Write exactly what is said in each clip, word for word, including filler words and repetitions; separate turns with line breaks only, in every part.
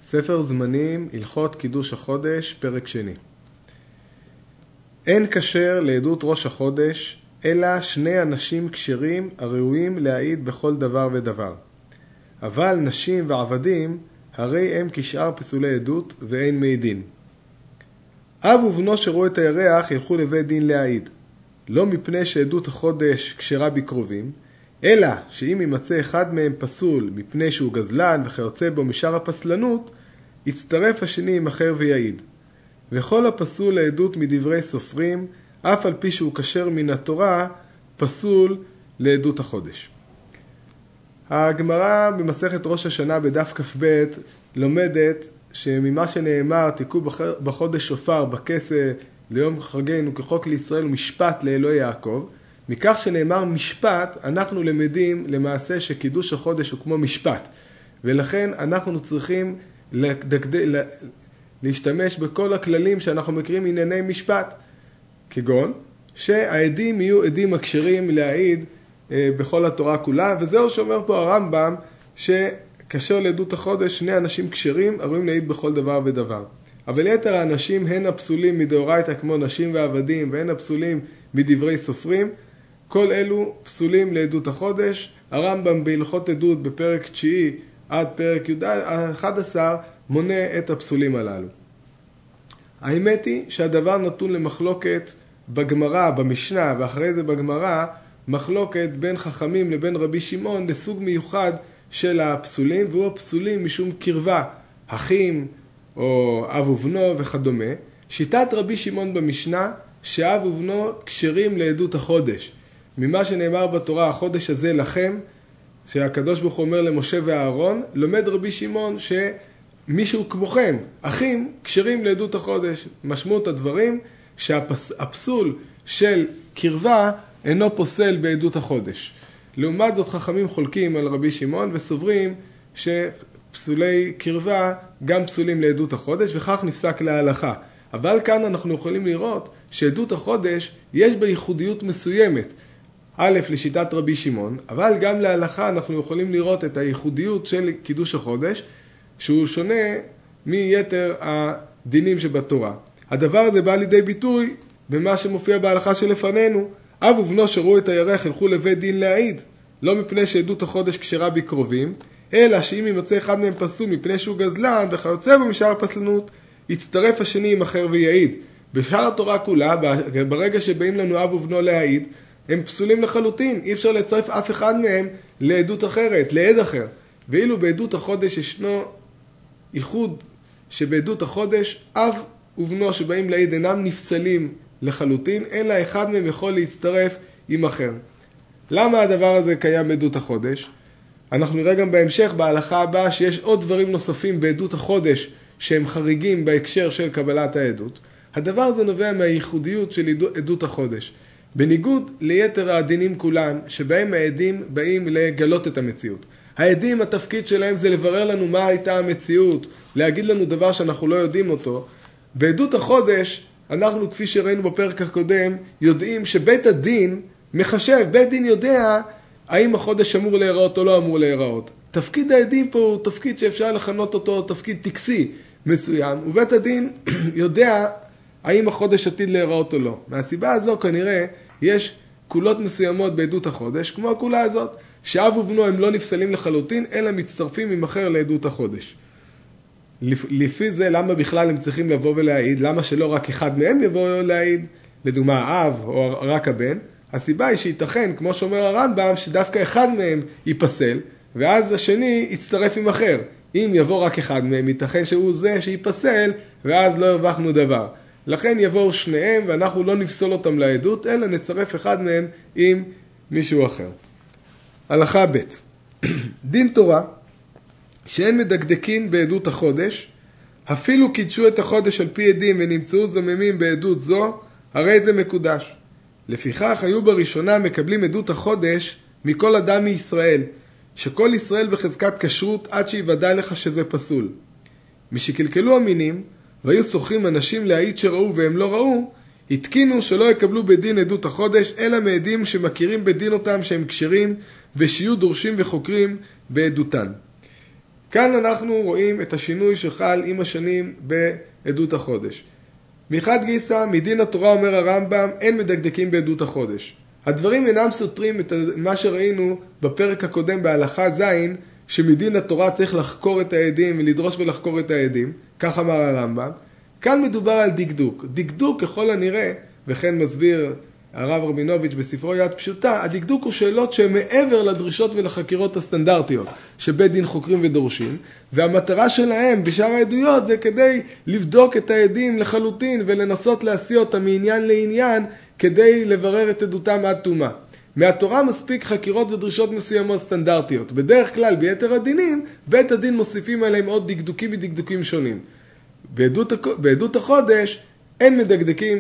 ספר זמנים, הלכות קידוש החודש, פרק שני. אין כשר לעדות ראש החודש, אלא שני אנשים כשרים הראויים להעיד בכל דבר ודבר. אבל נשים ועבדים, הרי הם כשאר פסולי עדות ואין מעידין. אב ובנו שראו את הירח ילכו לבית דין להעיד, לא מפני שעדות החודש כשרה בקרובים, אלא שאם יימצא אחד מהם פסול מפני שהוא גזלן וכיוצא בו משאר הפסלנות, יצטרף השני עם אחר ויעיד. וכל הפסול לעדות מדברי סופרים, אף על פי שהוא כשר מן התורה, פסול לעדות החודש. הגמרא במסכת ראש השנה בדף כ"ב לומדת שממה שנאמר תיקו בחודש שופר בכסה ליום חגנו כחוק לישראל ומשפט לאלוהי יעקב, מכך שנאמר משפט אנחנו למדים למעשה שקידוש החודש הוא כמו משפט, ולכן אנחנו צריכים לדקד... להשתמש בכל הכללים שאנחנו מכירים ענייני משפט, כגון שהעדים יהיו עדים הכשרים להעיד אה, בכל התורה כולה, וזהו שאומר פה הרמב"ם שכשר לעדות החודש שני אנשים כשרים הראויים להעיד בכל דבר ודבר. אבל יתר האנשים הן הפסולים מדאורייתא כמו נשים ועבדים והן הפסולים מדברי סופרים, כל אלו פסולים לעדות החודש. הרמב"ם בהלכות עדות בפרק תשיעי עד פרק י"ד אחד עשר מונה את הפסולים הללו. האמת היא שהדבר נתון למחלוקת בגמרא, במשנה, ואחרי זה בגמרא, מחלוקת בין חכמים לבין רבי שמעון לסוג מיוחד של הפסולים, והוא הפסולים משום קרבה, אחים או אב ובנו וכדומה. שיטת רבי שמעון במשנה שאב ובנו כשרים לעדות החודש. ממה שנאמר בתורה, החודש הזה לכם, שהקדוש ברוך הוא אומר למשה ואהרון, לומד רבי שמעון שמישהו כמוכם, אחים, כשרים לעדות החודש. משמעות הדברים שהפסול של קרבה אינו פוסל בעדות החודש. לעומת זאת חכמים חולקים על רבי שמעון וסוברים שפסולי קרבה גם פסולים לעדות החודש, וכך נפסק להלכה. אבל כאן אנחנו יכולים לראות שעדות החודש יש בה ייחודיות מסוימת. א', לשיטת רבי שמעון, אבל גם להלכה אנחנו יכולים לראות את הייחודיות של קידוש החודש, שהוא שונה מיתר הדינים שבתורה. הדבר הזה בא לידי ביטוי במה שמופיע בהלכה שלפנינו. אב ובנו שראו את הירח ילכו לבית דין להעיד, לא מפני שעדות החודש כשרה בקרובים, אלא שאם יימצא אחד מהם פסול מפני שהוא גזלן וכיוצא בו משאר הפסלנות, יצטרף השני עם אחר ויעיד. בשאר התורה כולה, ברגע שבאים לנו אב ובנו להעיד, הם פסולים לחלוטין, אי אפשר לצרף אף אחד מהם לעדות אחרת, לעד אחר. ואילו בעדות החודש ישנו ייחוד שבעדות החודש אב ובנו שבאים להעיד אינם נפסלים לחלוטין, אלא אחד מהם יכול להצטרף עם אחר. למה הדבר הזה קיים בעדות החודש? אנחנו נראה גם בהמשך בהלכה הבאה שיש עוד דברים נוספים בעדות החודש שהם חריגים בהקשר של קבלת העדות. הדבר הזה נובע מהייחודיות של עדות החודש. בניגוד ליתר הדינים כולם, שבהם העדים באים לגלות את המציאות. העדים, התפקיד שלהם זה לברר לנו מה הייתה המציאות, להגיד לנו דבר שאנחנו לא יודעים אותו. בעדות החודש, אנחנו כפי שראינו בפרק הקודם, יודעים שבית הדין מחשב, בית דין יודע האם החודש אמור להיראות או לא אמור להיראות. תפקיד העדים פה הוא תפקיד שאפשר לכנות אותו תפקיד טקסי מסוים, ובית הדין יודע האם החודש עתיד להיראות או לא. מהסיבה הזו כנראה יש קולות מסוימות בעדות החודש, כמו הקולה הזאת, שאב ובנו הם לא נפסלים לחלוטין, אלא מצטרפים עם אחר לעדות החודש. לפי זה, למה בכלל הם צריכים לבוא ולהעיד? למה שלא רק אחד מהם יבוא להעיד? לדוגמה, האב או רק הבן? הסיבה היא שייתכן, כמו שאומר הרמב"ם, שדווקא אחד מהם ייפסל, ואז השני יצטרף עם אחר. אם יבוא רק אחד מהם, ייתכן שהוא זה שיפסל, ואז לא הרווחנו דבר. לכן יבואו שניהם ואנחנו לא נפסול אותם לעדות, אלא נצרף אחד מהם עם מישהו אחר. הלכה ב' דין תורה שאין מדקדקים בעדות החודש, אפילו קידשו את החודש על פי עדים ונמצאו זוממים בעדות זו, הרי זה מקודש. לפיכך היו בראשונה מקבלים עדות החודש מכל אדם מישראל, שכל ישראל בחזקת כשרות עד שיוודא לך שזה פסול. משקלקלו המינים, והיו שוחים אנשים להעיד שראו והם לא ראו, התקינו שלא יקבלו בדין עדות החודש, אלא מעדים שמכירים בדין אותם שהם כשרים, ושיהיו דורשים וחוקרים בעדותן. כאן אנחנו רואים את השינוי שחל עם השנים בעדות החודש. מחד גיסא, מדין התורה אומר הרמב"ם, אין מדקדקים בעדות החודש. הדברים אינם סותרים את מה שראינו בפרק הקודם בהלכה ז', שמדין התורה צריך לחקור את העדים ולדרוש ולחקור את העדים, כך אמר הרמב"ם. כאן מדובר על דקדוק. דקדוק ככל הנראה, וכן מסביר הרב רבינוביץ' בספרו יד פשוטה, הדקדוק הוא שאלות שהן מעבר לדרישות ולחקירות הסטנדרטיות שבית דין חוקרים ודורשים, והמטרה שלהם בשאר העדויות זה כדי לבדוק את העדים לחלוטין ולנסות להסיע אותם מעניין לעניין כדי לברר את עדותם עד תומה. מהתורה מספיק חקירות ודרישות מסוימות סטנדרטיות. בדרך כלל ביתר הדינים בית הדין מוסיפים עליהם עוד דקדוקים ודקדוקים שונים. בעדות, בעדות החודש אין מדקדקים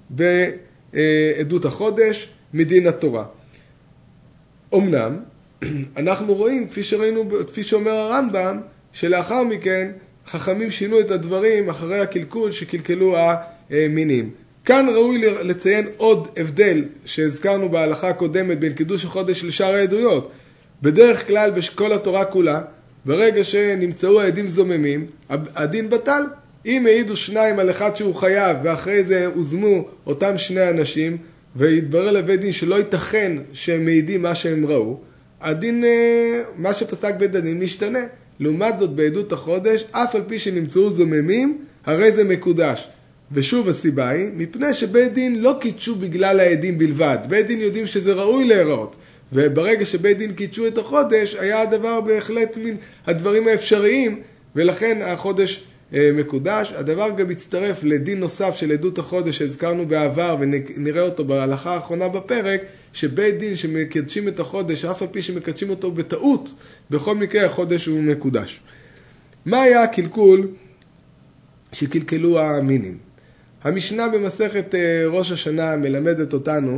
בעדות החודש מדין התורה. אמנם אנחנו רואים, כפי שראינו, כפי שאומר הרמב"ם, שלאחר מכן חכמים שינו את הדברים אחרי הקלקול שקלקלו המינים. כאן ראוי לציין עוד הבדל שהזכרנו בהלכה הקודמת בין קידוש החודש לשאר העדויות. בדרך כלל בכל התורה כולה, ברגע שנמצאו העדים זוממים, הדין בטל. אם העידו שניים על אחד שהוא חייב ואחרי זה הוזמו אותם שני אנשים והתברר לבית דין שלא ייתכן שהם מעידים מה שהם ראו, הדין, מה שפסק בית הדין משתנה. לעומת זאת בעדות החודש, אף על פי שנמצאו זוממים, הרי זה מקודש. ושוב הסיבה היא, מפני שבית דין לא קידשו בגלל העדים בלבד. בית דין יודעים שזה ראוי להיראות. וברגע שבית דין קידשו את החודש, היה הדבר בהחלט מן הדברים האפשריים, ולכן החודש מקודש. הדבר גם מצטרף לדין נוסף של עדות החודש שהזכרנו בעבר, ונראה אותו בהלכה האחרונה בפרק, שבית דין שמקדשים את החודש, אף על פי שמקדשים אותו בטעות, בכל מקרה החודש הוא מקודש. מה היה הקלקול שקלקלו המינים? המשנה במסכת ראש השנה מלמדת אותנו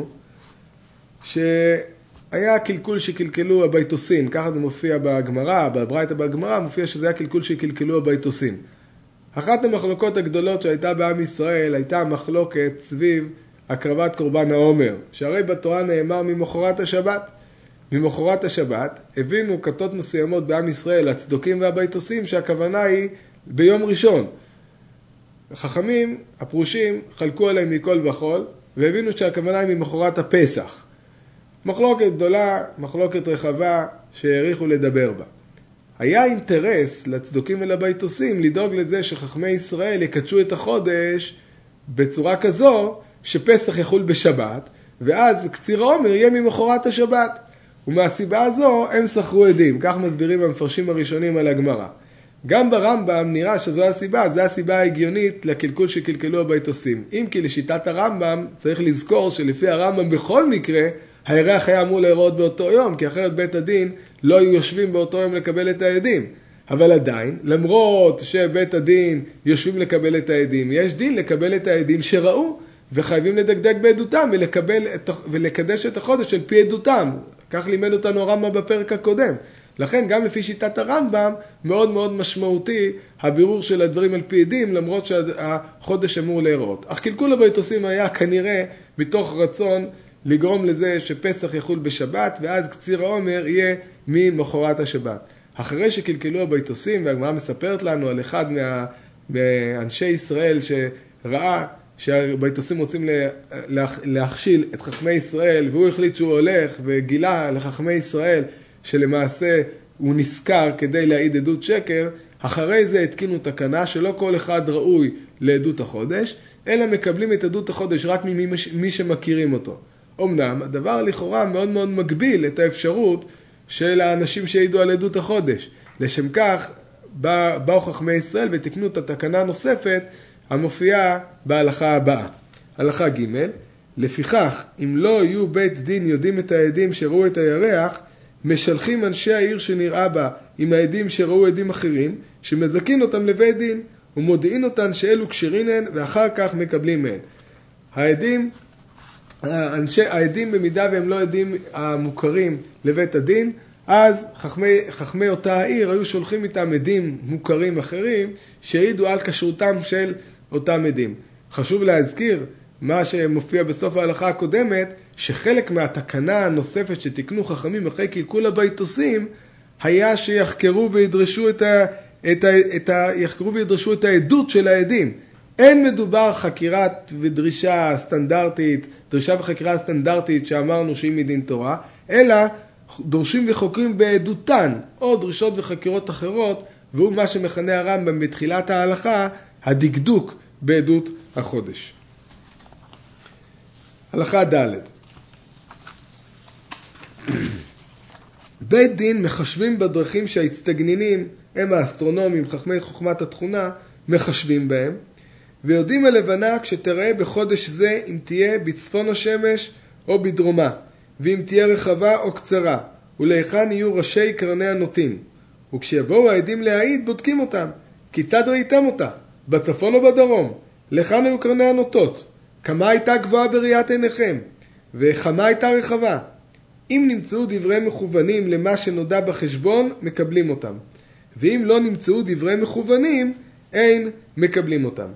שהיה קלקול שקלקלו הביתוסין, ככה זה מופיע בגמרא, בברייתא בגמרא מופיע שזה היה קלקול שקלקלו הביתוסין. אחת המחלוקות הגדולות שהייתה בעם ישראל הייתה מחלוקת סביב הקרבת קורבן העומר, שהרי בתורה נאמר ממחרת השבת. ממחרת השבת הבינו כתות מסוימות בעם ישראל, הצדוקים והביתוסים, שהכוונה היא ביום ראשון. החכמים, הפרושים, חלקו עליהם מכל וכל, והבינו שהכוונה היא ממחרת הפסח. מחלוקת גדולה, מחלוקת רחבה, שהעריכו לדבר בה. היה אינטרס לצדוקים ולביתוסים לדאוג לזה שחכמי ישראל יקדשו את החודש בצורה כזו שפסח יחול בשבת, ואז קציר העומר יהיה ממחרת השבת. ומהסיבה הזו הם שכרו עדים, כך מסבירים המפרשים הראשונים על הגמרא. גם ברמב"ם נראה שזו הסיבה, זו הסיבה ההגיונית לקלקול שקלקלו הביתוסים. אם כי לשיטת הרמב"ם צריך לזכור שלפי הרמב"ם בכל מקרה, הירח היה אמור להיראות באותו יום, כי אחרת בית הדין לא היו יושבים באותו יום לקבל את העדים. אבל עדיין, למרות שבית הדין יושבים לקבל את העדים, יש דין לקבל את העדים שראו, וחייבים לדקדק בעדותם ולקבל את, ולקדש את החודש של פי עדותם. כך לימד אותנו הרמב"ם בפרק הקודם. לכן גם לפי שיטת הרמב"ם מאוד מאוד משמעותי הבירור של הדברים על פי עדים, למרות שהחודש אמור להיראות. אך קלקול הביתוסים היה כנראה מתוך רצון לגרום לזה שפסח יחול בשבת, ואז קציר העומר יהיה ממחרת השבת. אחרי שקלקלו הביתוסים, והגמרא מספרת לנו על אחד מה, מאנשי ישראל שראה שהביתוסים רוצים להכשיל את חכמי ישראל, והוא החליט שהוא הולך וגילה לחכמי ישראל שלמעשה הוא נזכר כדי להעיד עדות שקר. אחרי זה התקינו תקנה שלא כל אחד ראוי לעדות החודש, אלא מקבלים את עדות החודש רק ממי שמכירים אותו. אמנם הדבר לכאורה מאוד מאוד מגביל את האפשרות של האנשים שהעידו על עדות החודש. לשם כך באו חכמי ישראל ותקנו את התקנה הנוספת המופיעה בהלכה הבאה. הלכה ג' לפיכך, אם לא יהיו בית דין יודעים את העדים שראו את הירח, משלחים אנשי העיר שנראה בה עם העדים שראו עדים אחרים, שמזכין אותם לבית דין ומודיעין אותן שאלו כשרין הן, ואחר כך מקבלים מהן. העדים, אנשי, העדים במידה והם לא עדים המוכרים לבית הדין, אז חכמי, חכמי אותה העיר היו שולחים איתם עדים מוכרים אחרים שהעידו על כשרותם של אותם עדים. חשוב להזכיר מה שמופיע בסוף ההלכה הקודמת, שחלק מהתקנה הנוספת שתקנו חכמים אחרי קלקול הביתוסים, היה שיחקרו וידרשו את ה, את ה, את ה, יחקרו וידרשו את העדות של העדים. אין מדובר חקירת ודרישה סטנדרטית, דרישה וחקירה סטנדרטית שאמרנו שהיא מדין תורה, אלא דורשים וחוקרים בעדותן, או דרישות וחקירות אחרות, והוא מה שמכנה הרמב"ם בתחילת ההלכה, הדקדוק בעדות החודש. הלכה ד' בית דין מחשבים בדרכים שההצטגנינים, הם האסטרונומים, חכמי חוכמת התכונה, מחשבים בהם, ויודעים הלבנה כשתראה בחודש זה אם תהיה בצפון השמש או בדרומה, ואם תהיה רחבה או קצרה, ולהיכן יהיו ראשי קרני הנוטים. וכשיבואו העדים להעיד בודקים אותם, כיצד ראיתם אותה, בצפון או בדרום, לכאן היו קרני הנוטות, כמה הייתה גבוהה בראיית עיניכם, וכמה הייתה רחבה. אם נמצאו דברי מכוונים למה שנודע בחשבון, מקבלים אותם. ואם לא נמצאו דברי מכוונים, אין מקבלים אותם.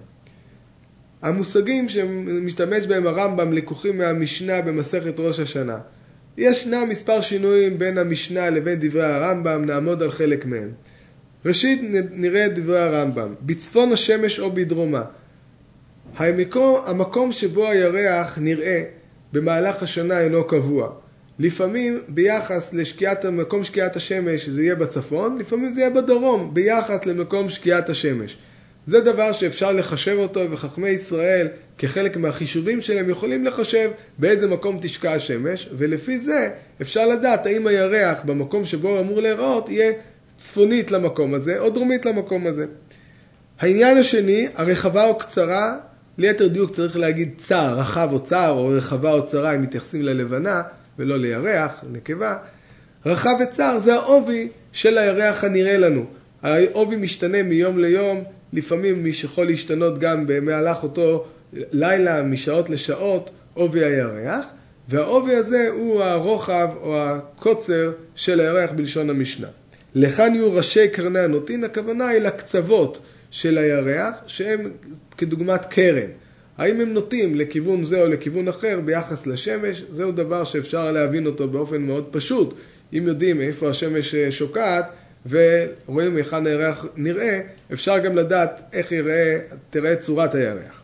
המושגים שמשתמש בהם הרמב"ם לקוחים מהמשנה במסכת ראש השנה. ישנה מספר שינויים בין המשנה לבין דברי הרמב"ם, נעמוד על חלק מהם. ראשית נראה את דברי הרמב"ם, בצפון השמש או בדרומה. המקום, המקום שבו הירח נראה במהלך השנה אינו קבוע. לפעמים ביחס לשקיעת, מקום שקיעת השמש זה יהיה בצפון, לפעמים זה יהיה בדרום, ביחס למקום שקיעת השמש. זה דבר שאפשר לחשב אותו, וחכמי ישראל כחלק מהחישובים שלהם יכולים לחשב באיזה מקום תשקע השמש, ולפי זה אפשר לדעת האם הירח במקום שבו אמור להיראות יהיה צפונית למקום הזה או דרומית למקום הזה. העניין השני, הרחבה או קצרה, ליתר דיוק צריך להגיד צר, רחב או צר, או רחבה או צרה, אם מתייחסים ללבנה ולא לירח, נקבה. רחב וצר זה העובי של הירח הנראה לנו. העובי משתנה מיום ליום, לפעמים מי שיכול להשתנות גם במהלך אותו לילה, משעות לשעות, עובי הירח, והעובי הזה הוא הרוחב או הקוצר של הירח בלשון המשנה. לכאן יהיו ראשי קרני הנוטין, הכוונה היא לקצוות של הירח, שהם כדוגמת קרן. האם הם נוטים לכיוון זה או לכיוון אחר ביחס לשמש, זהו דבר שאפשר להבין אותו באופן מאוד פשוט. אם יודעים איפה השמש שוקעת ורואים היכן הירח נראה, אפשר גם לדעת איך יראה, תראה צורת הירח.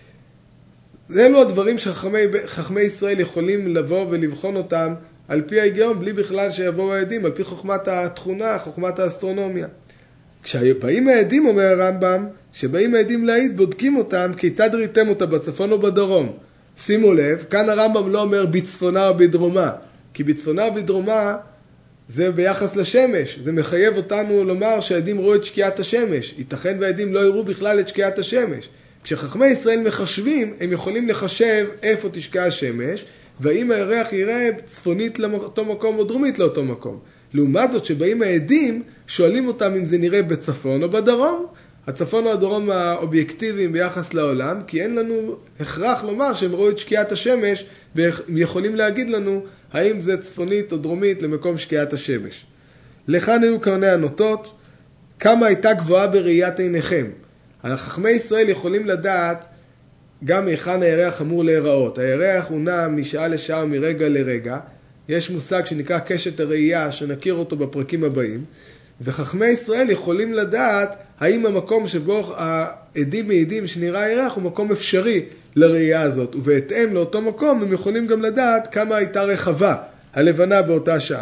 אלו הדברים שחכמי ישראל יכולים לבוא ולבחון אותם על פי ההיגיון, בלי בכלל שיבואו העדים, על פי חוכמת התכונה, חוכמת האסטרונומיה. כשבאים העדים, אומר הרמב"ם, שבאים העדים להעיד, בודקים אותם כיצד ראיתם אותה בצפון או בדרום. שימו לב, כאן הרמב"ם לא אומר בצפונה או בדרומה, כי בצפונה או בדרומה זה ביחס לשמש. זה מחייב אותנו לומר שהעדים ראו את שקיעת השמש. ייתכן והעדים לא יראו בכלל את שקיעת השמש. כשחכמי ישראל מחשבים, הם יכולים לחשב איפה תשקע השמש, והאם הירח יראה צפונית לאותו מקום או דרומית לאותו מקום. לעומת זאת שבאים העדים, שואלים אותם אם זה נראה בצפון או בדרום. הצפון או הדרום האובייקטיביים ביחס לעולם, כי אין לנו הכרח לומר שהם ראו את שקיעת השמש, והם יכולים להגיד לנו האם זה צפונית או דרומית למקום שקיעת השמש. לכאן היו קרני הנוטות, כמה הייתה גבוהה בראיית עיניכם. החכמי ישראל יכולים לדעת גם היכן הירח אמור להיראות. הירח הוא נע משעה לשעה ומרגע לרגע. יש מושג שנקרא קשת הראייה, שנכיר אותו בפרקים הבאים. וחכמי ישראל יכולים לדעת האם המקום שבו העדים מעידים שנראה הירח הוא מקום אפשרי לראייה הזאת. ובהתאם לאותו מקום הם יכולים גם לדעת כמה הייתה רחבה הלבנה באותה שעה.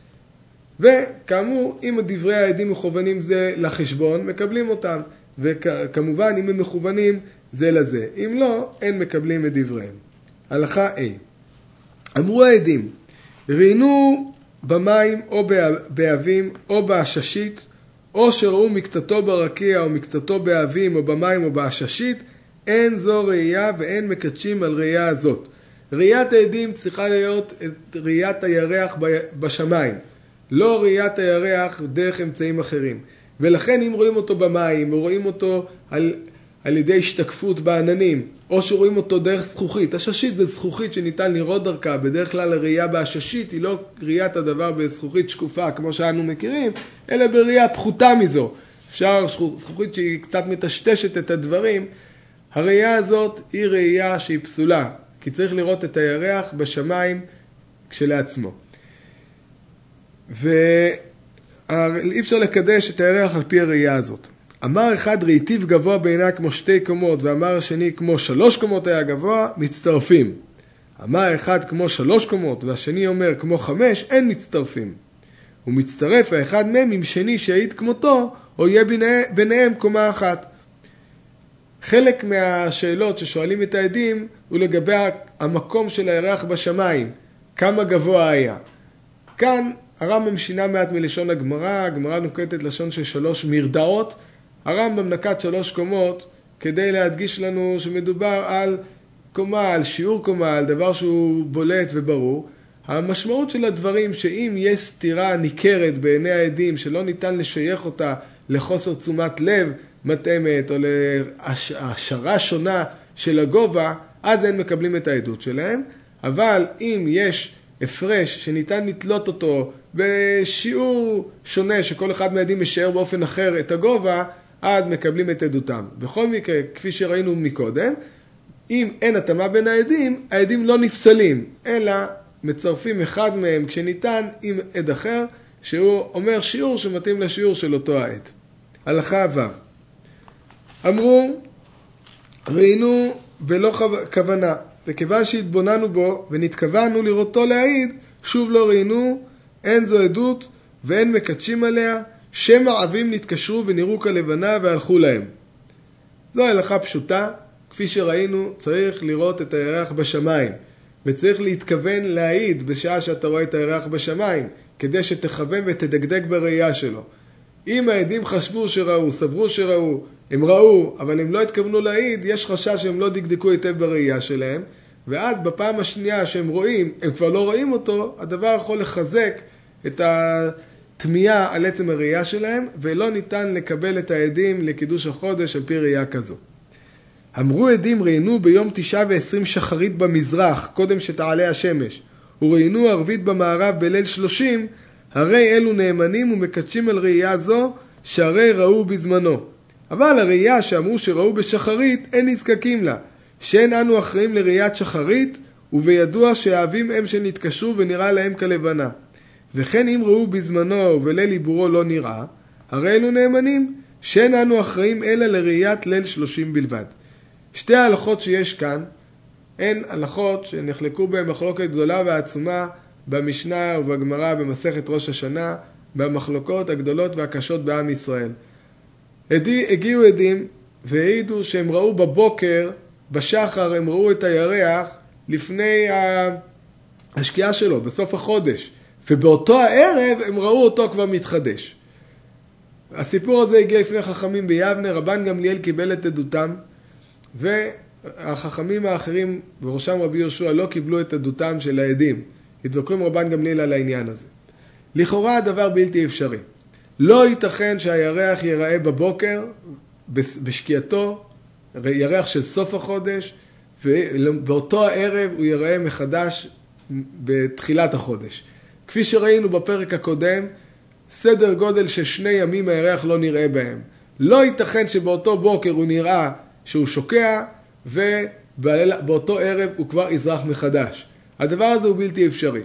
וכאמור, אם דברי העדים מכוונים זה לחשבון, מקבלים אותם. וכמובן, אם הם מכוונים זה לזה. אם לא, אין מקבלים את דבריהם. הלכה A. אמרו העדים, ראינו במים או באבים או בעששית, או שראו מקצתו ברקיע או מקצתו באבים או במים או בעששית, אין זו ראייה ואין מקדשים על ראייה הזאת. ראיית העדים צריכה להיות את ראיית הירח בשמיים, לא ראיית הירח דרך אמצעים אחרים. ולכן אם רואים אותו במים או רואים אותו על, על ידי השתקפות בעננים, או שרואים אותו דרך זכוכית, הששית זה זכוכית שניתן לראות דרכה, בדרך כלל הראייה בהששית היא לא ראיית הדבר בזכוכית שקופה כמו שאנו מכירים, אלא בראייה פחותה מזו. אפשר זכוכית שהיא קצת מטשטשת את הדברים, הראייה הזאת היא ראייה שהיא פסולה, כי צריך לראות את הירח בשמיים כשלעצמו. אי אפשר לקדש את הירח על פי הראייה הזאת. אמר אחד ראיתיו גבוה בעיניי כמו שתי קומות, ואמר השני כמו שלוש קומות היה גבוה, מצטרפים. אמר אחד כמו שלוש קומות, והשני אומר כמו חמש, אין מצטרפים. הוא מצטרף האחד מהם עם שני שהעיד כמותו, או יהיה ביניהם קומה אחת. חלק מהשאלות ששואלים את העדים הוא לגבי המקום של הירח בשמיים, כמה גבוה היה. כאן הרמב"ם שינה מעט מלשון הגמרא, הגמרא נוקטת לשון של שלוש מרדעות, הרמב"ם נקט שלוש קומות כדי להדגיש לנו שמדובר על קומה, על שיעור קומה, על דבר שהוא בולט וברור. המשמעות של הדברים שאם יש סתירה ניכרת בעיני העדים שלא ניתן לשייך אותה לחוסר תשומת לב מתאמת או להשערה שונה של הגובה, אז הם מקבלים את העדות שלהם. אבל אם יש הפרש שניתן לתלות אותו בשיעור שונה שכל אחד מהעדים משער באופן אחר את הגובה, אז מקבלים את עדותם. בכל מקרה, כפי שראינו מקודם, אם אין התאמה בין העדים, העדים לא נפסלים, אלא מצרפים אחד מהם כשניתן עם עד אחר, שהוא אומר שיעור שמתאים לשיעור של אותו העד. הלכה ו' אמרו, ראינו ולא כוונה, וכיוון שהתבוננו בו ונתכוונו לראותו להעיד, שוב לא ראינו, אין זו עדות ואין מקדשים עליה, שם העבים נתקשרו ונראו כלבנה והלכו להם. זו הלכה פשוטה, כפי שראינו צריך לראות את הירח בשמיים, וצריך להתכוון להעיד בשעה שאתה רואה את הירח בשמיים, כדי שתכוון ותדקדק בראייה שלו. אם העדים חשבו שראו, סברו שראו, הם ראו, אבל הם לא התכוונו להעיד, יש חשש שהם לא דקדקו היטב בראייה שלהם, ואז בפעם השנייה שהם רואים, הם כבר לא רואים אותו, הדבר יכול לחזק את התמיהה על עצם הראייה שלהם, ולא ניתן לקבל את העדים לקידוש החודש על פי ראייה כזו. אמרו עדים ראינו ביום תשעה ועשרים שחרית במזרח, קודם שתעלה השמש, וראינו ערבית במערב בליל שלושים, הרי אלו נאמנים ומקדשים על ראייה זו, שהרי ראו בזמנו. אבל הראייה שאמרו שראו בשחרית, אין נזקקים לה, שאין אנו אחראים לראיית שחרית, ובידוע שהאבים הם שנתקשרו ונראה להם כלבנה. וכן אם ראו בזמנו ובליל עיבורו לא נראה, הרי אלו נאמנים, שאין אנו אחראים אלא לראיית ליל שלושים בלבד. שתי ההלכות שיש כאן, הן הלכות שנחלקו בהן מחלוקת גדולה ועצומה במשנה ובגמרא במסכת ראש השנה, במחלוקות הגדולות והקשות בעם ישראל. הגיעו עדים והעידו שהם ראו בבוקר, בשחר הם ראו את הירח לפני השקיעה שלו, בסוף החודש, ובאותו הערב הם ראו אותו כבר מתחדש. הסיפור הזה הגיע לפני חכמים ביבנה, רבן גמליאל קיבל את עדותם, והחכמים האחרים, בראשם רבי יהושע, לא קיבלו את עדותם של העדים. התווכחו עם רבן גמליאל על העניין הזה. לכאורה הדבר בלתי אפשרי. לא ייתכן שהירח ייראה בבוקר, בשקיעתו, ירח של סוף החודש, ובאותו הערב הוא ייראה מחדש בתחילת החודש. כפי שראינו בפרק הקודם, סדר גודל של שני ימים הירח לא נראה בהם. לא ייתכן שבאותו בוקר הוא נראה שהוא שוקע, ובאותו ערב הוא כבר יזרח מחדש. הדבר הזה הוא בלתי אפשרי.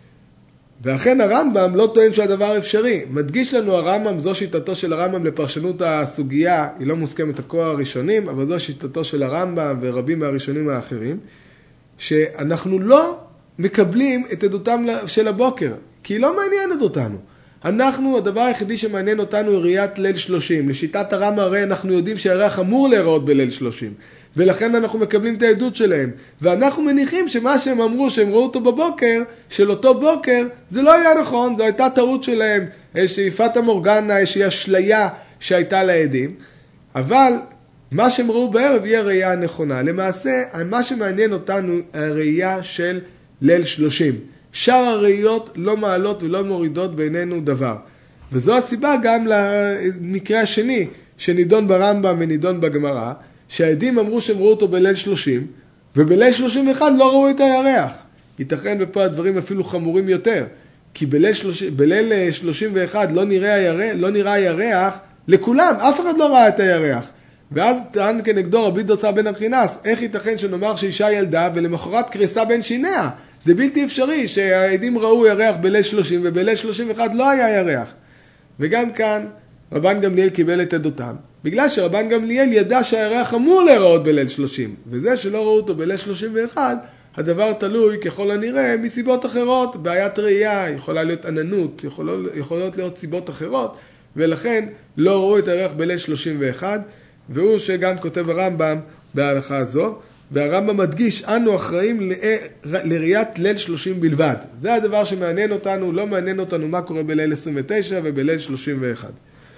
ואכן הרמב"ם לא טוען שהדבר אפשרי. מדגיש לנו הרמב"ם, זו שיטתו של הרמב"ם לפרשנות הסוגיה, היא לא מוסכמת הכל הראשונים, אבל זו שיטתו של הרמב"ם ורבים מהראשונים האחרים, שאנחנו לא מקבלים את עדותם של הבוקר, כי היא לא מעניינת אותנו. אנחנו, הדבר היחידי שמעניין אותנו היא ראיית ליל שלושים. לשיטת הרמב"ם הרי אנחנו יודעים שהירח אמור להיראות בליל שלושים. ולכן אנחנו מקבלים את העדות שלהם. ואנחנו מניחים שמה שהם אמרו שהם ראו אותו בבוקר, של אותו בוקר, זה לא היה נכון, זו הייתה טעות שלהם. איזושהי פטה מורגנה, איזושהי אשליה שהייתה לעדים. אבל מה שהם ראו בערב היא הראייה הנכונה. למעשה, מה שמעניין אותנו הראייה של ליל שלושים. שאר הראיות לא מעלות ולא מורידות בינינו דבר. וזו הסיבה גם למקרה השני, שנידון ברמב"ם ונידון בגמרא, שהעדים אמרו שהם ראו אותו בליל שלושים, ובליל שלושים ואחת לא ראו את הירח. ייתכן ופה הדברים אפילו חמורים יותר, כי בליל, שלושים, בליל שלושים ואחת לא נראה, הירח, לא נראה הירח לכולם, אף אחד לא ראה את הירח. ואז טען כנגדו רבי דוסה בן ארכינס, איך ייתכן שנאמר שאישה ילדה ולמחרת קריסה בין שיניה? זה בלתי אפשרי שהעדים ראו ירח בליל שלושים ובליל שלושים ואחת לא היה ירח. וגם כאן רבן גמליאל קיבל את עדותם, בגלל שרבן גמליאל ידע שהירח אמור להיראות בליל שלושים, וזה שלא ראו אותו בליל שלושים ואחת, הדבר תלוי ככל הנראה מסיבות אחרות, בעיית ראייה, יכולה להיות עננות, יכולות, יכולות להיות סיבות אחרות, ולכן לא ראו את הירח בליל שלושים ואחת, והוא שגם כותב הרמב"ם בהלכה הזו, והרמב"ם מדגיש, אנו אחראים לראיית ליל שלושים בלבד. זה הדבר שמעניין אותנו, לא מעניין אותנו מה קורה בליל עשרים ותשע ובליל שלושים ואחת.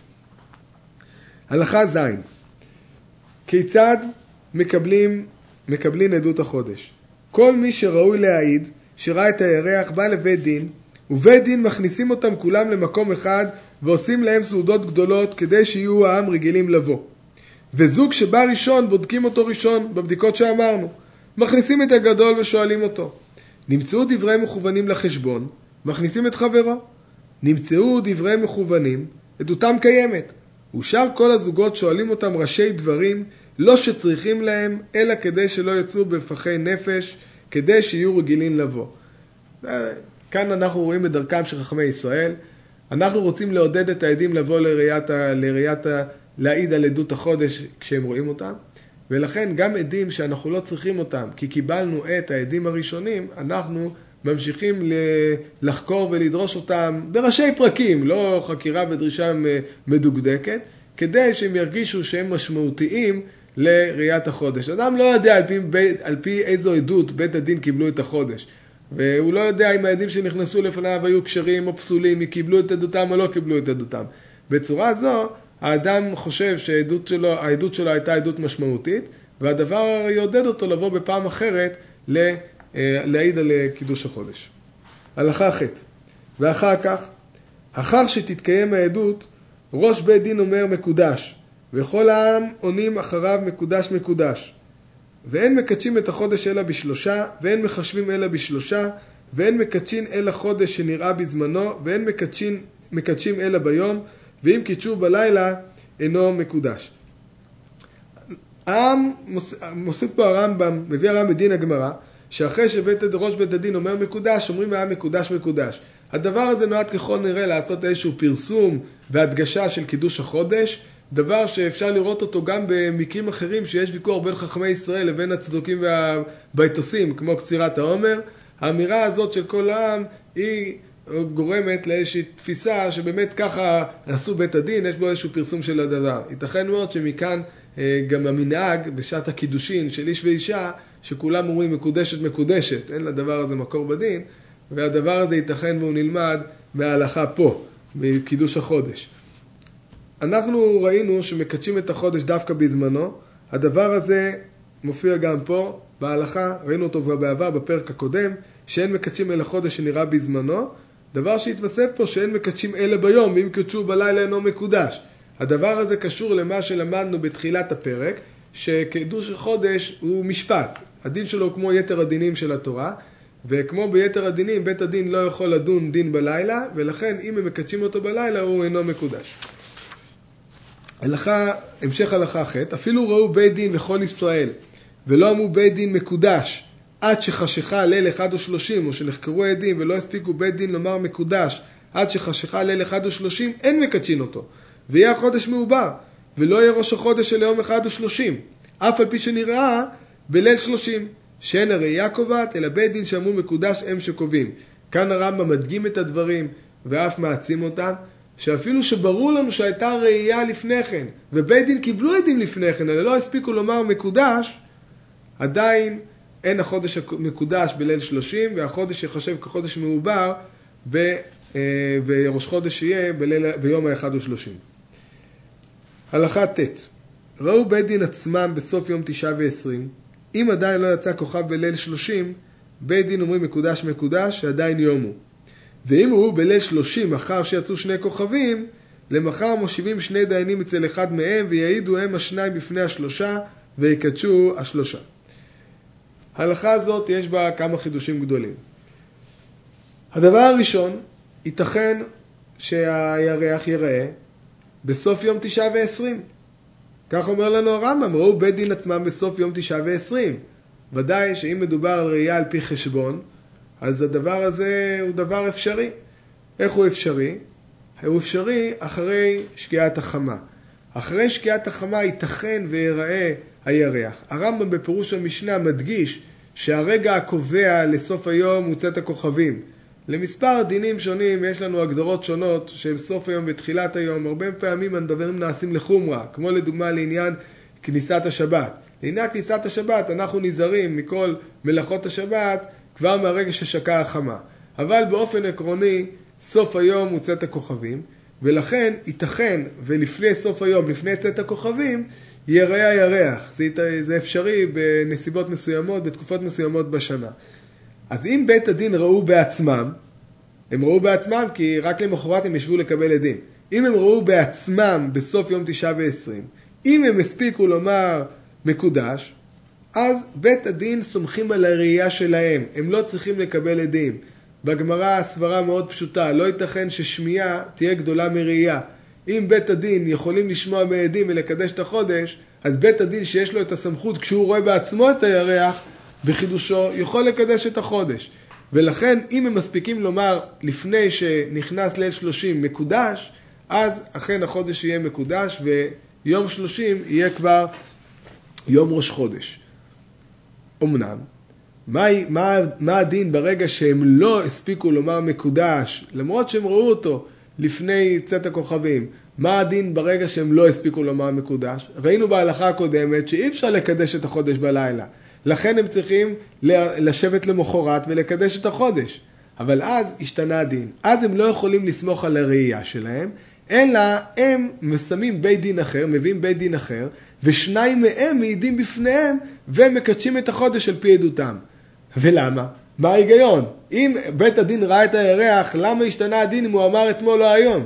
הלכה ז' כיצד מקבלים, מקבלים עדות החודש? כל מי שראוי להעיד, שראה את הירח, בא לבית דין, ובית דין מכניסים אותם כולם למקום אחד, ועושים להם סעודות גדולות, כדי שיהיו העם רגילים לבוא. וזוג שבא ראשון, בודקים אותו ראשון, בבדיקות שאמרנו. מכניסים את הגדול ושואלים אותו. נמצאו דברי מכוונים לחשבון, מכניסים את חברו. נמצאו דברי מכוונים, עדותם קיימת. ושאר כל הזוגות שואלים אותם ראשי דברים, לא שצריכים להם, אלא כדי שלא יצאו בפחי נפש, כדי שיהיו רגילים לבוא. כאן אנחנו רואים את דרכם של חכמי ישראל. אנחנו רוצים לעודד את העדים לבוא לראיית, לראיית, להעיד על עדות החודש כשהם רואים אותם. ולכן גם עדים שאנחנו לא צריכים אותם, כי קיבלנו את העדים הראשונים, אנחנו ממשיכים לחקור ולדרוש אותם בראשי פרקים, לא חקירה ודרישה מדוקדקת, כדי שהם ירגישו שהם משמעותיים לראיית החודש. אדם לא יודע על פי, על פי איזו עדות בית הדין קיבלו את החודש. והוא לא יודע אם העדים שנכנסו לפניו היו קשרים או פסולים, אם קיבלו את עדותם או לא קיבלו את עדותם. בצורה זו, האדם חושב שהעדות שלו, העדות שלו הייתה עדות משמעותית, והדבר יעודד אותו לבוא בפעם אחרת ל, להעיד על קידוש החודש. הלכה ח' ואחר כך, אחר שתתקיים העדות, ראש בית דין אומר מקודש, וכל העם עונים אחריו מקודש מקודש. ואין מקדשים את החודש אלא בשלושה, ואין מחשבים אלא בשלושה, ואין מקדשים אלא חודש שנראה בזמנו, ואין מקדשים, מקדשים אלא ביום, ואם קידשו בלילה אינו מקודש. העם, מוסיף פה הרמב"ם, מביא הרמב"ם מדין הגמרא, שאחרי שבית ראש בית הדין אומר מקודש, אומרים העם מקודש מקודש. הדבר הזה נועד ככל נראה לעשות איזשהו פרסום והדגשה של קידוש החודש, דבר שאפשר לראות אותו גם במקרים אחרים שיש ויכוח בין חכמי ישראל לבין הצדוקים והביתוסים, כמו קצירת העומר. האמירה הזאת של כל העם היא גורמת לאיזושהי תפיסה שבאמת ככה עשו בית הדין, יש בו איזשהו פרסום של הדבר. ייתכן מאוד שמכאן גם המנהג בשעת הקידושין של איש ואישה, שכולם אומרים מקודשת מקודשת, אין לדבר הזה מקור בדין, והדבר הזה ייתכן והוא נלמד מההלכה פה, מקידוש החודש. אנחנו ראינו שמקדשים את החודש דווקא בזמנו, הדבר הזה מופיע גם פה בהלכה, ראינו אותו בעבר בפרק הקודם, שאין מקדשים אל החודש שנראה בזמנו, דבר שהתווסף פה שאין מקדשים אלה ביום, ואם קדשו בלילה אינו מקודש. הדבר הזה קשור למה שלמדנו בתחילת הפרק, שקידוש החודש הוא משפט, הדין שלו הוא כמו יתר הדינים של התורה, וכמו ביתר הדינים, בית הדין לא יכול לדון דין בלילה, ולכן אם הם מקדשים אותו בלילה הוא אינו מקודש. הלכה, המשך הלכה ח' אפילו ראו בית דין וכל ישראל, ולא אמרו בית דין מקודש, עד שחשיכה ליל אחד ושלושים, או שנחקרו עדים ולא הספיקו בית דין לומר מקודש, עד שחשיכה ליל אחד ושלושים, אין מקדשין אותו, ויהיה החודש מעובר, ולא יהיה ראש החודש של יום אחד ושלושים, אף על פי שנראה בליל שלושים, שאין הראייה קובעת, אלא בית דין שאמרו מקודש הם שקובעים. כאן הרמב"ם מדגים את הדברים, ואף מעצים אותם, שאפילו שברור לנו שהייתה ראייה לפני כן, ובית דין קיבלו עדים לפני כן, אלא לא הספיקו לומר מקודש, עדיין אין החודש מקודש בליל שלושים, והחודש יחשב כחודש מעובר, ב, וראש חודש יהיה בליל, ביום האחד ושלושים. הלכה ט' ראו בית דין עצמם בסוף יום תשעה ועשרים, אם עדיין לא יצא כוכב בליל שלושים, בית דין אומרים מקודש מקודש, שעדיין יום הוא. ואם הוא בליל שלושים, אחר שיצאו שני כוכבים, למחר מושיבים שני דיינים אצל אחד מהם, ויעידו הם השניים בפני השלושה, ויקדשו השלושה. ההלכה הזאת יש בה כמה חידושים גדולים. הדבר הראשון, ייתכן שהירח ייראה בסוף יום תשעה ועשרים. כך אומר לנו הרמב"ם, ראו בית דין עצמם בסוף יום תשעה ועשרים. ודאי שאם מדובר על ראייה על פי חשבון, אז הדבר הזה הוא דבר אפשרי. איך הוא אפשרי? הוא אפשרי אחרי שקיעת החמה. אחרי שקיעת החמה ייתכן ויראה הירח. הרמב"ם בפירוש המשנה מדגיש שהרגע הקובע לסוף היום הוא צאת הכוכבים. למספר דינים שונים יש לנו הגדרות שונות של סוף היום ותחילת היום. הרבה פעמים הדברים נעשים לחומרה, כמו לדוגמה לעניין כניסת השבת. לעניין כניסת השבת אנחנו נזהרים מכל מלאכות השבת כבר מהרגע ששקעה החמה. אבל באופן עקרוני סוף היום הוא צאת הכוכבים, ולכן ייתכן ולפני סוף היום, לפני צאת הכוכבים, יראה הירח. זה, זה אפשרי בנסיבות מסוימות, בתקופות מסוימות בשנה. אז אם בית הדין ראו בעצמם, הם ראו בעצמם כי רק למחרת הם ישבו לקבל עדים. אם הם ראו בעצמם בסוף יום תשעה ועשרים, אם הם הספיקו לומר מקודש, אז בית הדין סומכים על הראייה שלהם, הם לא צריכים לקבל עדים. בגמרא הסברה מאוד פשוטה, לא ייתכן ששמיעה תהיה גדולה מראייה. אם בית הדין יכולים לשמוע מעדים ולקדש את החודש, אז בית הדין שיש לו את הסמכות כשהוא רואה בעצמו את הירח בחידושו, יכול לקדש את החודש. ולכן אם הם מספיקים לומר לפני שנכנס ליל שלושים מקודש, אז אכן החודש יהיה מקודש ויום שלושים יהיה כבר יום ראש חודש. אמנם, מה, מה, מה הדין ברגע שהם לא הספיקו לומר מקודש, למרות שהם ראו אותו לפני צאת הכוכבים? מה הדין ברגע שהם לא הספיקו לומר מקודש? ראינו בהלכה הקודמת שאי אפשר לקדש את החודש בלילה. לכן הם צריכים לשבת למחרת ולקדש את החודש. אבל אז השתנה הדין. אז הם לא יכולים לסמוך על הראייה שלהם, אלא הם מסמים בית דין אחר, מביאים בית דין אחר, ושניים מהם מעידים בפניהם ומקדשים את החודש על פי עדותם. ולמה? מה ההיגיון? אם בית הדין ראה את הירח, למה השתנה הדין אם הוא אמר אתמול או היום?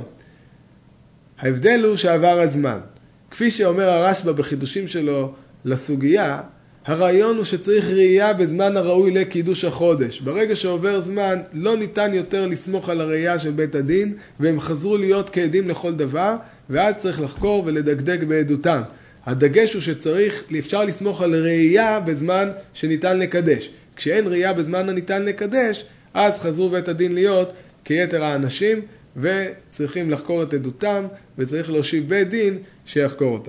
ההבדל הוא שעבר הזמן. כפי שאומר הרשב"א בחידושים שלו לסוגיה, הרעיון הוא שצריך ראייה בזמן הראוי לקידוש החודש. ברגע שעובר זמן לא ניתן יותר לסמוך על הראייה של בית הדין, והם חזרו להיות כעדים לכל דבר, ואז צריך לחקור ולדקדק בעדותם. הדגש הוא שצריך, אפשר לסמוך על ראייה בזמן שניתן לקדש. כשאין ראייה בזמן הניתן לקדש, אז חזרו בית הדין להיות כיתר האנשים, וצריכים לחקור את עדותם, וצריך להושיב בית דין שיחקור אותם.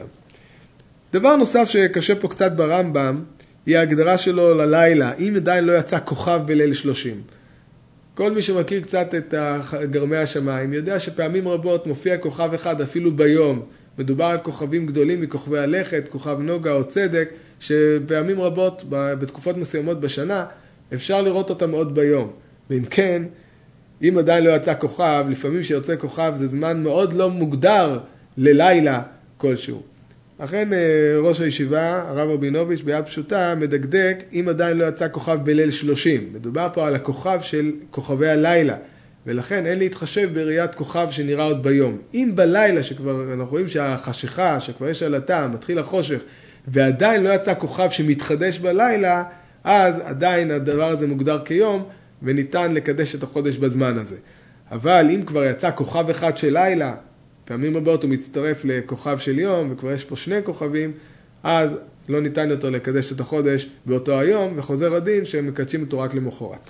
דבר נוסף שקשה פה קצת ברמב"ם, היא ההגדרה שלו ללילה, אם עדיין לא יצא כוכב בליל שלושים. כל מי שמכיר קצת את גרמי השמיים, יודע שפעמים רבות מופיע כוכב אחד אפילו ביום. מדובר על כוכבים גדולים מכוכבי הלכת, כוכב נוגה או צדק, שפעמים רבות בתקופות מסוימות בשנה אפשר לראות אותם עוד ביום. ואם כן, אם עדיין לא יצא כוכב, לפעמים שיוצא כוכב זה זמן מאוד לא מוגדר ללילה כלשהו. אכן ראש הישיבה, הרב רבינוביץ' ביד פשוטה, מדקדק אם עדיין לא יצא כוכב בליל שלושים. מדובר פה על הכוכב של כוכבי הלילה, ולכן אין להתחשב בראיית כוכב שנראה עוד ביום. אם בלילה שכבר אנחנו רואים שהחשיכה, שכבר יש עלתה, מתחיל החושך, ועדיין לא יצא כוכב שמתחדש בלילה, אז עדיין הדבר הזה מוגדר כיום, וניתן לקדש את החודש בזמן הזה. אבל אם כבר יצא כוכב אחד של לילה, פעמים רבות הוא מצטרף לכוכב של יום, וכבר יש פה שני כוכבים, אז לא ניתן יותר לקדש את החודש באותו היום, וחוזר הדין שהם מקדשים אותו רק למחרת.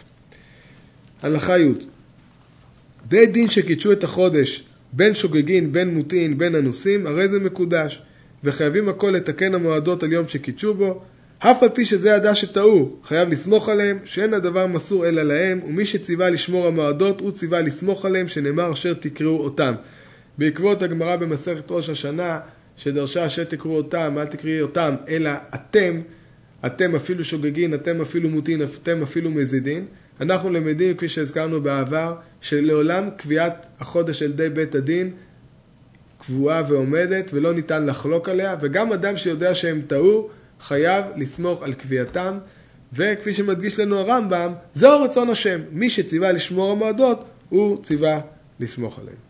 הלכה י' בית דין שקידשו את החודש, בין שוגגין, בין מוטין, בין אנוסים, הרי זה מקודש, וחייבים הכל לתקן המועדות על יום שקידשו בו, אף על פי שזה ידע שטעו, חייב לסמוך עליהם, שאין הדבר מסור אלא להם, ומי שציווה לשמור המועדות, הוא ציווה לסמוך עליהם, שנאמר אשר תקראו אותם. בעקבות הגמרא במסכת ראש השנה, שדרשה אשר תקראו אותם, אל תקראי אותם, אלא אתם, אתם אפילו שוגגין, אתם אפילו מוטין, אתם אפילו מזידין. אנחנו למדים, כפי שהזכרנו בעבר, שלעולם קביעת החודש על ידי בית הדין קבועה ועומדת, ולא ניתן לחלוק עליה, וגם אדם שיודע שהם טעו, חייב לסמוך על קביעתם, וכפי שמדגיש לנו הרמב"ם, זהו רצון השם. מי שציווה לשמור המועדות, הוא ציווה לסמוך עליהם.